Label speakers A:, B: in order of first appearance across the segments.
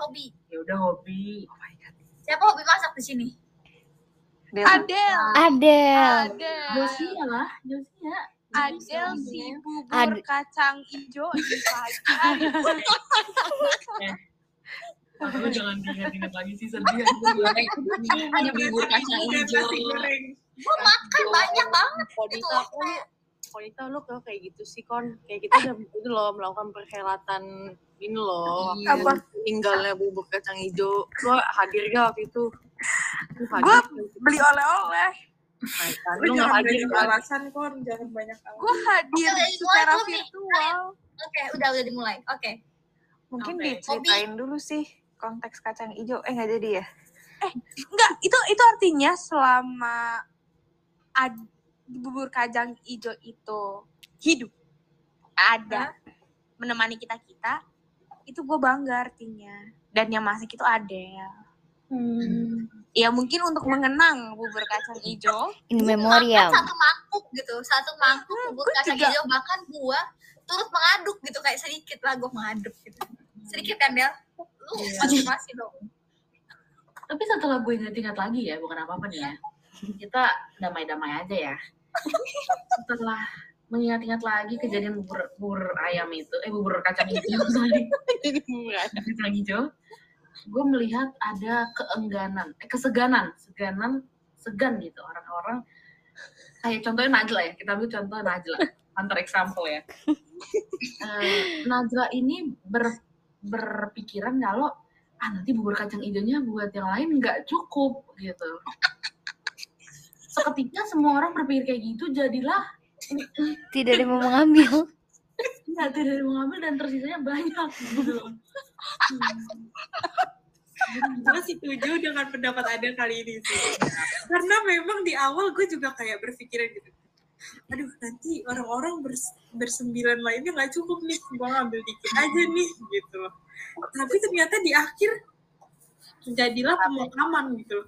A: hobi.
B: Ya udah hobi. Oh my god.
A: Siapa hobi masak di sini?
C: Adel.
B: Josia lah,
D: Adel si bubur kacang hijau itu aja.
B: Aku jangan diingat-ingat lagi sih, sedih.
E: Ada bubur kacang hijau.
A: Gue makan banyak banget.
C: Konita lu kayak gitu sih Kon, kayak kita udah itu loh melakukan perhelatan ini loh,
D: Apa?
C: tinggalnya bubur kacang hijau. Lu hadir gak waktu itu?
D: Gue beli oleh-oleh.
C: Lu nggak hadir kan?
F: alasan Kon, jangan banyak alasan.
D: Gue hadir secara virtual.
A: Oke, udah dimulai. Oke.
C: Mungkin
A: Oke.
C: diceritain dulu sih konteks kacang hijau. Nggak jadi ya?
D: Enggak, itu artinya selama bubur kacang hijau itu hidup, ada menemani kita, itu gue bangga artinya. Dan yang masak itu Adel. Ya mungkin untuk mengenang bubur kacang hijau.
C: In memoriam.
A: Satu mangkuk bubur kacang hijau, bahkan gue turut mengaduk gitu, kayak sedikit lah gue mengaduk gitu. Sedikit kan Del? Lu masih dong.
B: Tapi setelah gue ingat-ingat lagi ya, bukan apa-apa nih ya, kita damai-damai aja ya. Setelah mengingat-ingat lagi kejadian bubur ayam itu, bubur kacang hijau tadi. Kacang hijau. Gue melihat ada segan gitu orang-orang. Kayak contohnya Najla ya, kita ambil contoh Najla, counter example ya. Najla ini berpikiran kalau nanti bubur kacang hijaunya buat yang lain nggak cukup gitu. Seketika semua orang berpikir kayak gitu, jadilah
C: tidak ada yang mau mengambil.
B: Tidak ada yang mau mengambil dan tersisanya banyak gitu.
F: Gue setuju dengan pendapat Adel kali ini sih. Karena memang di awal gue juga kayak berpikiran gitu. Aduh, nanti orang-orang bersembilan lainnya nggak cukup nih, gue ngambil dikit aja nih gitu. Tapi ternyata di akhir jadilah pemakaman gitu.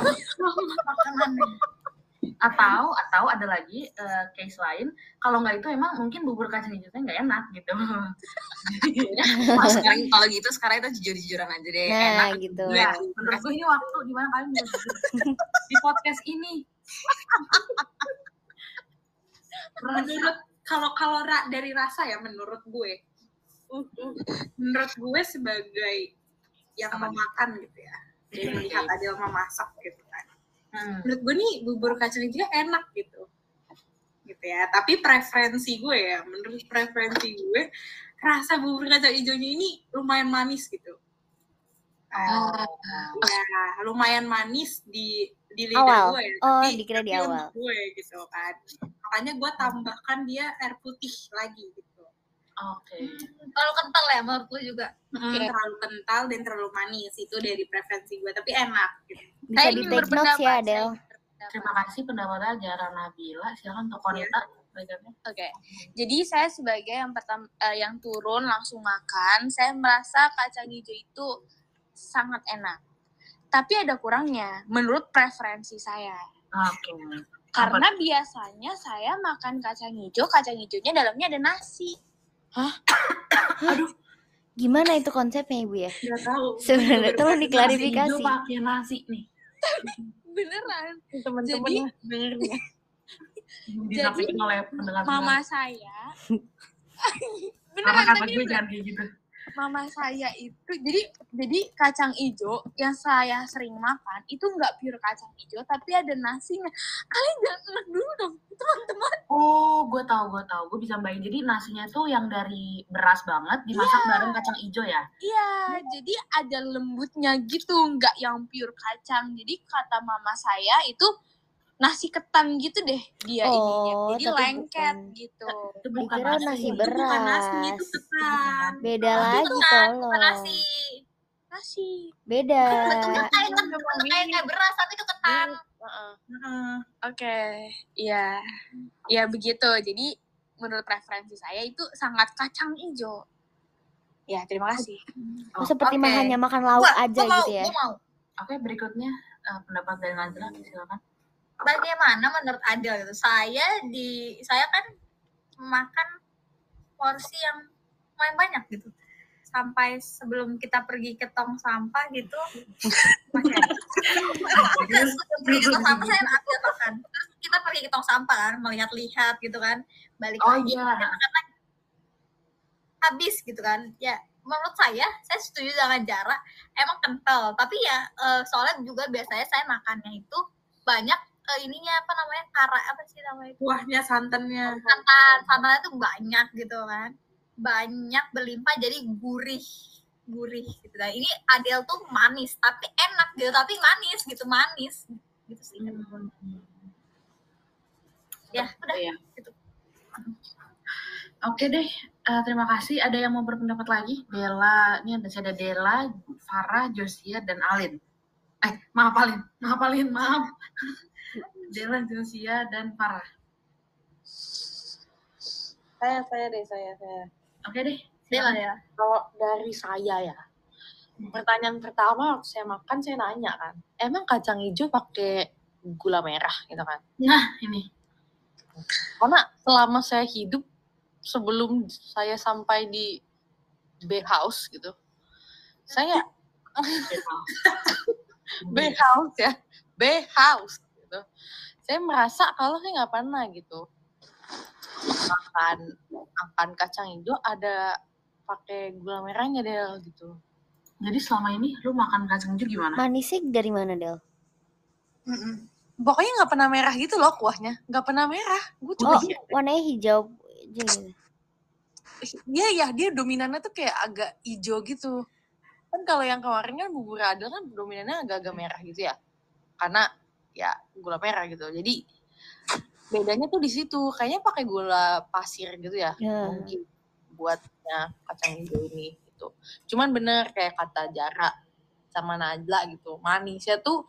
B: Atau ada lagi case lain, kalau nggak itu emang mungkin bubur kacang hijaunya nggak enak gitu.
E: Kalau gitu sekarang kita jujur-jujuran aja deh.
C: Nah,
E: enak
C: gitu.
B: Ya, menurut gue ini waktu dimana kalian bisa di podcast ini.
F: Menurut kalau dari rasa ya, menurut gue sebagai yang memakan gitu ya, jadi melihat Adel memasak gitu kan. Menurut gue nih bubur kacang hijau enak gitu ya. Tapi menurut preferensi gue rasa bubur kacang hijaunya ini lumayan manis gitu. Ya, lumayan manis di lidah gue ya.
C: Dikira di awal.
F: Gue gitu kan. Makanya gue tambahkan dia air putih lagi gitu.
B: Oke.
A: Terlalu kental ya menurut gue juga.
F: Terlalu kental dan terlalu manis, itu dari preferensi gue, tapi enak gitu.
C: Bisa di take notes ya Adel.
B: Terima kasih pendapatnya Jara Nabila. Silakan untuk Konita.
D: Oke. Jadi saya sebagai yang pertama yang turun langsung makan, saya merasa kacang hijau itu sangat enak. Tapi ada kurangnya menurut preferensi saya.
B: Oke.
D: Karena biasanya saya makan kacang hijaunya dalamnya ada nasi.
C: Hah? Aduh. Gimana itu konsepnya Ibu ya?
F: Nggak tahu.
C: Sebenarnya tolong diklarifikasi.
B: Hijau pakai nasi nih.
D: Beneran.
C: Teman-teman dengernya.
D: Jadi mama saya
B: beneran kata gue jangan kayak gitu.
D: Mama saya itu jadi kacang hijau yang saya sering makan itu nggak pure kacang hijau tapi ada nasinya. Kalian jangan enak dulu dong teman-teman.
B: Oh, gue tahu. Gue bisa bayangin. Jadi nasinya tuh yang dari beras banget dimasak bareng kacang hijau ya?
D: Iya, jadi ada lembutnya gitu, nggak yang pure kacang. Jadi kata mama saya itu nasi ketan gitu deh dia ininya. Jadi lengket
C: bukan.
D: Gitu.
B: Itu bukan
C: Dikira nasi beras.
F: Nasi itu ketan.
C: Beda lagi tolong.
A: Nasi.
C: Beda.
A: Bentuknya kayak beras tapi itu ketan.
D: Oke. Iya. Ya begitu. Jadi menurut preferensi saya itu sangat kacang hijau. Ya, terima kasih.
C: Seperti hanya makan lauk aja gitu ya.
A: Gue mau.
B: Oke, berikutnya pendapat dari Najla, silakan.
A: Bagaimana menurut Adel gitu? Saya kan makan porsi yang lumayan banyak gitu. sampai sebelum kita pergi ke tong sampah gitu masih ada. Sebelum pergi ke tong sampah saya ambil makan. Terus kita pergi ke tong sampah kan, melihat-lihat gitu kan, balik lagi kita makan lagi. Habis gitu kan. Ya menurut saya setuju dengan jarak, emang kental, tapi ya soalnya juga biasanya saya makannya itu banyak ininya apa namanya, apa sih namanya,
F: Kuahnya, santannya
A: tuh banyak gitu kan, banyak berlimpah, jadi gurih gitu. Nah ini Adele tuh manis tapi enak gitu, tapi manis gitu sih. Ya udah gitu.
B: Oke deh, terima kasih. Ada yang mau berpendapat lagi? Dela, ini ada Dela, Farah, Josia, dan Alin. Maaf Alin. Dela, Josia, dan Farah.
C: Saya.
B: Oke deh,
A: Dela ya.
C: Kalau dari saya ya, pertanyaan pertama waktu saya makan, saya nanya kan, emang kacang hijau pakai gula merah gitu kan?
B: Nah, ini.
C: Karena selama saya hidup, sebelum saya sampai di B House gitu, saya B House gitu, saya merasa kalau saya nggak pernah gitu makan kacang hijau ada pakai gula merahnya Del gitu.
B: Jadi selama ini lu makan kacang hijau gimana?
G: Manisnya dari mana Del?
C: Pokoknya nggak pernah merah gitu loh kuahnya, nggak pernah merah. Gue
G: warnanya hijau aja.
C: Iya, dia dominannya tuh kayak agak hijau gitu. Kan kalau yang kemarin kan bubur Adel kan dominannya agak-agak merah gitu ya. Karena ya gula merah gitu. Jadi bedanya tuh di situ. Kayaknya pakai gula pasir gitu ya. Mungkin buatnya kacang hijau ini gitu. Cuman bener kayak kata Jara sama Najla gitu. Manisnya tuh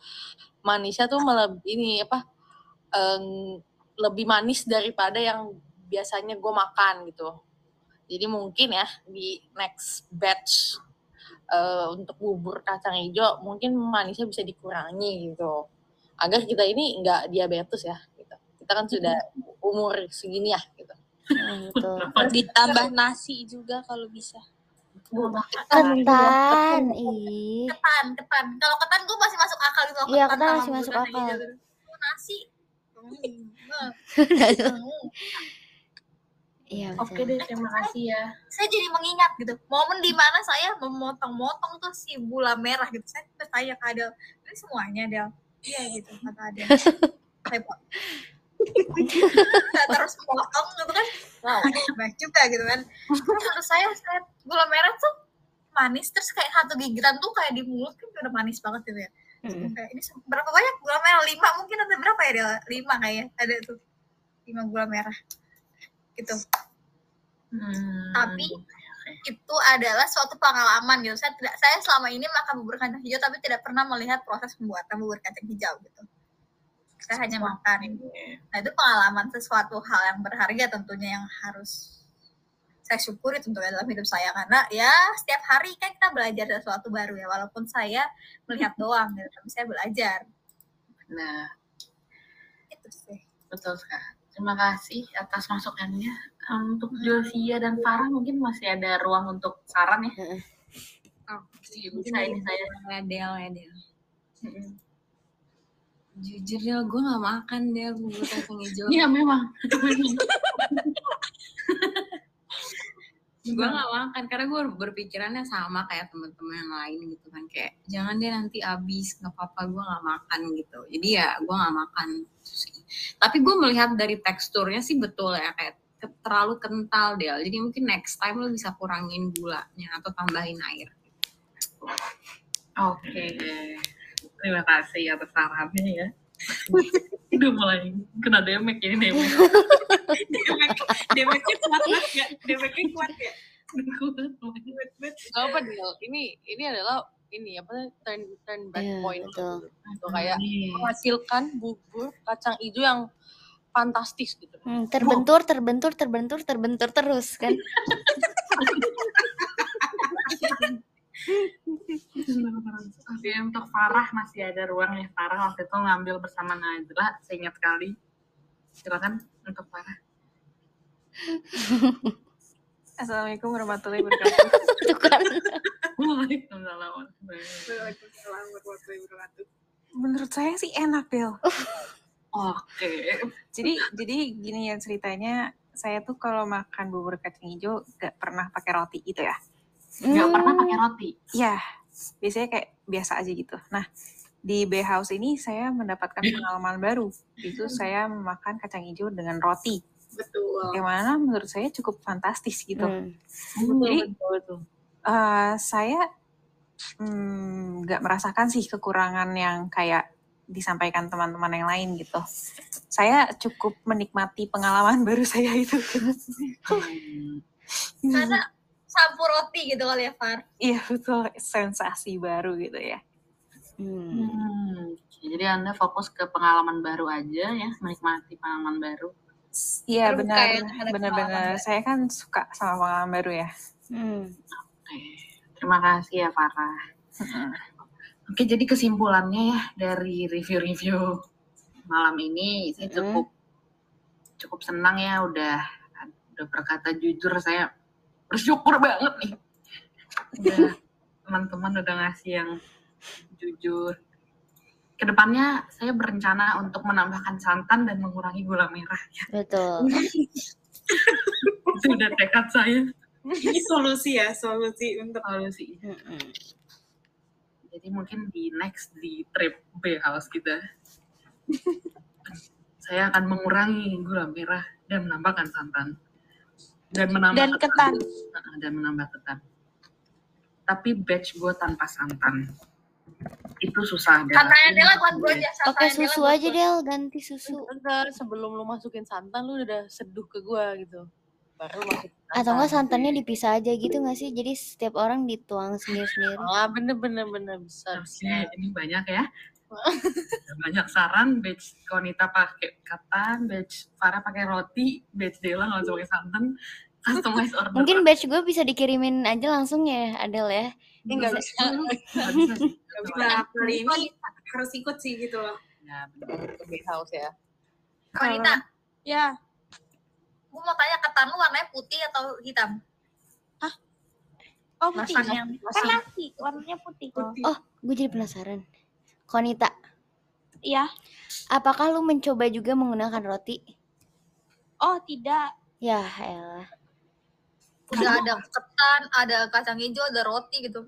C: lebih manis daripada yang biasanya gue makan gitu. Jadi mungkin ya di next batch untuk bubur kacang hijau mungkin manisnya bisa dikurangi gitu. Agar kita ini nggak diabetes ya gitu. Kita kan sudah umur segini ya gitu.
G: Betul.
D: Ditambah nasi juga kalau bisa.
G: Ketan.
A: Ketan. Kalau ketan gue masih masuk akal gitu.
G: Iya, ketan masih masuk akal.
A: Nasi.
G: Iya,
B: Oke deh, terima kasih ya.
A: Saya jadi mengingat gitu momen di mana saya memotong-motong tuh si gula merah gitu. Saya bertanya ke Adel, ini semuanya Del? Iya gitu kata Adel. Saya terus potong gitu kan, wow, baik juga gitu kan. Terus menurut saya gula merah tuh manis, terus kayak satu gigitan tuh kayak di mulut kan udah manis banget gitu ya. Kayak ini berapa banyak gula merah? 5 mungkin atau berapa ya Del? 5 kayaknya ada tuh 5 gula merah gitu. Tapi itu adalah suatu pengalaman gitu. Saya selama ini makan bubur kacang hijau tapi tidak pernah melihat proses pembuatan bubur kacang hijau gitu. Saya hanya makan. Nah itu pengalaman, sesuatu hal yang berharga tentunya, yang harus saya syukuri tentunya dalam hidup saya, karena ya setiap hari kan kita belajar sesuatu baru ya, walaupun saya melihat doang gitu, tapi saya belajar.
B: Nah,
A: itu sih.
B: Betul sekali. Terima kasih atas masukannya. Untuk Josia dan Farah mungkin masih ada ruang untuk saran ya. Bisa ini saya.
E: Del. Jujur Del, gue gak makan Del bubur kacang hijau.
B: Iya memang.
E: Gue gak makan karena gue berpikirannya sama kayak teman-teman yang lain gitu kan, kayak jangan deh nanti habis, nggak apa-apa gue gak makan gitu. Jadi ya gue gak makan sih. Tapi gue melihat dari teksturnya sih betul ya, kayak terlalu kental Del. Jadi mungkin next time lo bisa kurangin gulanya atau tambahin air.
B: Oke. Terima kasih atas sarannya ya. Udah mulai kena demek ini demek.
F: Demeknya kuat ya.
C: Apa Del? Ini adalah turn back point gitu. Kayak menghasilkan bubur kacang hijau yang fantastis gitu.
G: Terbentur terus kan.
B: Tapi untuk Farah masih ada ruang ya. Farah waktu itu ngambil bersama Najla, saya ingat sekali. Silakan untuk Farah.
D: Assalamualaikum warahmatullahi wabarakatuh.
G: Tuh kan.
B: Waalaikumsalam.
F: Waalaikumsalam warahmatullahi wabarakatuh.
D: Menurut saya sih enak, Del.
B: Oke.
D: Jadi gini ya ceritanya, saya tuh kalau makan bubur kacang hijau gak pernah pakai roti gitu ya.
B: Nggak pernah pakai roti.
D: Ya, biasanya kayak biasa aja gitu. Nah, di B House ini saya mendapatkan pengalaman baru. Itu saya makan kacang hijau dengan roti.
F: Betul.
D: Yang mana menurut saya cukup fantastis gitu. Jadi
C: Betul.
D: saya nggak merasakan sih kekurangan yang kayak disampaikan teman-teman yang lain gitu. Saya cukup menikmati pengalaman baru saya itu.
A: Karena campur roti gitu kali ya, Far.
D: Iya betul, sensasi baru gitu ya.
B: Jadi Anda fokus ke pengalaman baru aja ya, menikmati pengalaman baru.
D: Iya
A: Terbuka
D: benar,
A: ya terhadap
D: benar-benar.
A: pengalaman
D: Saya kan suka sama pengalaman baru ya.
B: Oke. Terima kasih ya Farah. Oke, jadi kesimpulannya ya dari review-review malam ini, saya cukup senang ya udah berkata jujur, saya bersyukur banget nih. Udah teman-teman udah ngasih yang jujur. Kedepannya saya berencana untuk menambahkan santan dan mengurangi gula merah.
G: Betul.
B: Itu udah tekad saya.
F: Ini solusi untuk
B: Solusi. Jadi mungkin di trip B House kita, saya akan mengurangi gula merah dan menambahkan santan dan menambah
D: ketan.
B: Dan menambah ketan. Tapi batch gue tanpa santan itu susah.
A: Santannya Dela buat gue aja.
G: Pakai susu aja Del, ganti susu.
C: Entar sebelum lu masukin santan lu udah seduh ke gua gitu. Baru masukin santan.
G: Atau enggak santannya dipisah aja gitu nggak sih? Jadi setiap orang dituang sendiri-sendiri.
C: Ah bener bisa.
B: Ini banyak ya. Banyak saran. Batch Konita pakai ketan, batch Farah pakai roti, batch Dela nggak usah pakai santan. Customize order.
G: Mungkin batch gue bisa dikirimin aja langsung ya, Adel ya.
F: nggak bisa.
B: Nggak bisa sih.
F: Nah, kali ini harus ikut sih gitu loh.
B: Ya, bener.
C: Ke Big House ya.
A: Konita,
D: Ya,
A: gue mau tanya ketan lu warnanya putih atau hitam?
D: oh putih.
A: Ketan yang
D: Kan nasi, warnanya putih kok.
G: Oh, gue jadi penasaran. Konita,
D: Iya.
G: apakah lu mencoba juga menggunakan roti?
D: Oh tidak.
G: Ya elah.
A: udah ada ketan, ada kacang hijau, ada roti gitu.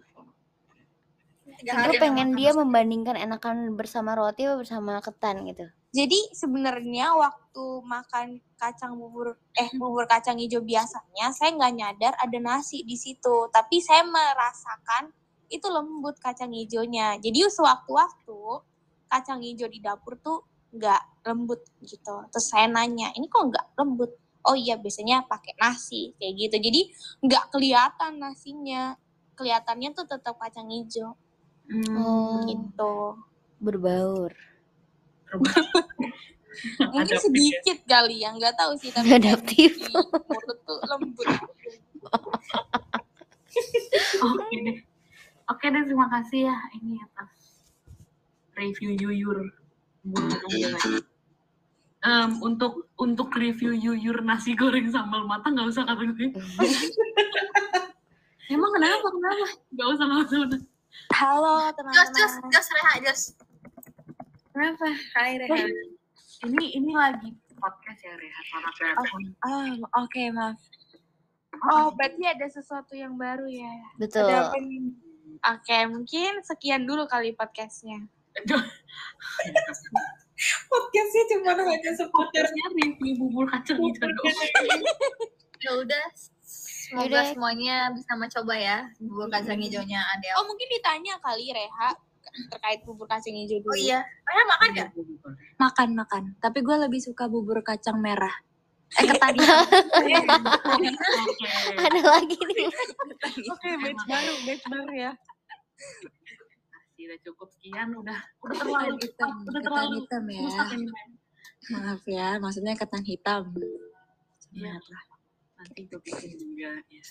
A: 3 hari
G: Gue pengen dia membandingkan enakan bersama roti atau bersama ketan gitu.
D: Jadi sebenarnya waktu makan bubur kacang hijau biasanya saya nggak nyadar ada nasi di situ, tapi saya merasakan itu lembut kacang hijaunya. Jadi sewaktu-waktu kacang hijau di dapur tuh nggak lembut gitu. Terus saya nanya, ini kok nggak lembut? Oh iya biasanya pakai nasi kayak gitu. Jadi nggak kelihatan nasinya, kelihatannya tuh tetap kacang hijau gitu.
G: Berbaur.
D: Mungkin sedikit kali ya, nggak tahu sih, tapi
G: Adaptif.
D: mulut tuh lembut.
B: Oke deh, terima kasih ya ini atas review yuyur. Untuk review yuyur nasi goreng sambal matang nggak usah kata gue. Emang kenapa? Nggak usah.
D: Halo teman-teman.
A: Jos Reha, Jos.
E: Kenapa? Hai Reha.
B: Ini lagi podcast ya Reha sama Platform.
D: Oke, maaf. Oh, berarti ada sesuatu yang baru ya.
G: Betul.
D: Ada apa nih? Oke, mungkin sekian dulu kali podcastnya.
F: Podcastnya cuma hanya seputar
B: Podcastnya review bubur kacang hijau doang.
A: Ya udah, semoga
G: Yaudah.
A: semuanya bisa mencoba ya bubur kacang hijaunya Adel.
D: Oh, mungkin ditanya kali Reha terkait bubur kacang hijau dulu.
A: Oh iya, Reha makan nggak?
D: Makan. Tapi gue lebih suka bubur kacang merah. Ketan hitam.
G: Ada lagi nih.
C: Oke, batch baru ya.
B: Udah cukup sekian, udah terlalu
D: Ketan hitam ya.
B: rusak ini.
D: Maaf ya, maksudnya ketan hitam.
B: Iya lah, nanti gue bikin juga ya.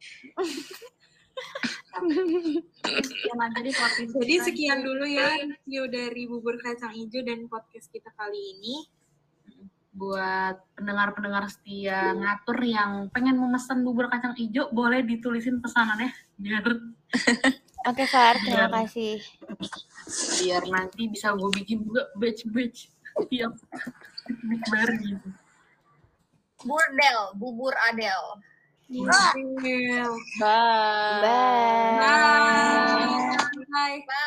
F: Jadi sekian dulu ya review dari bubur kacang hijau dan podcast kita kali ini.
B: buat pendengar-pendengar setia ngatur yang pengen memesan bubur kacang hijau, boleh ditulisin pesanannya biar
G: Oke, Far, terima kasih.
B: biar nanti bisa gue bikin juga batch tiap week baru gitu.
A: Burdel, bubur Adel.
F: Bye.
G: Bye.
A: Bye.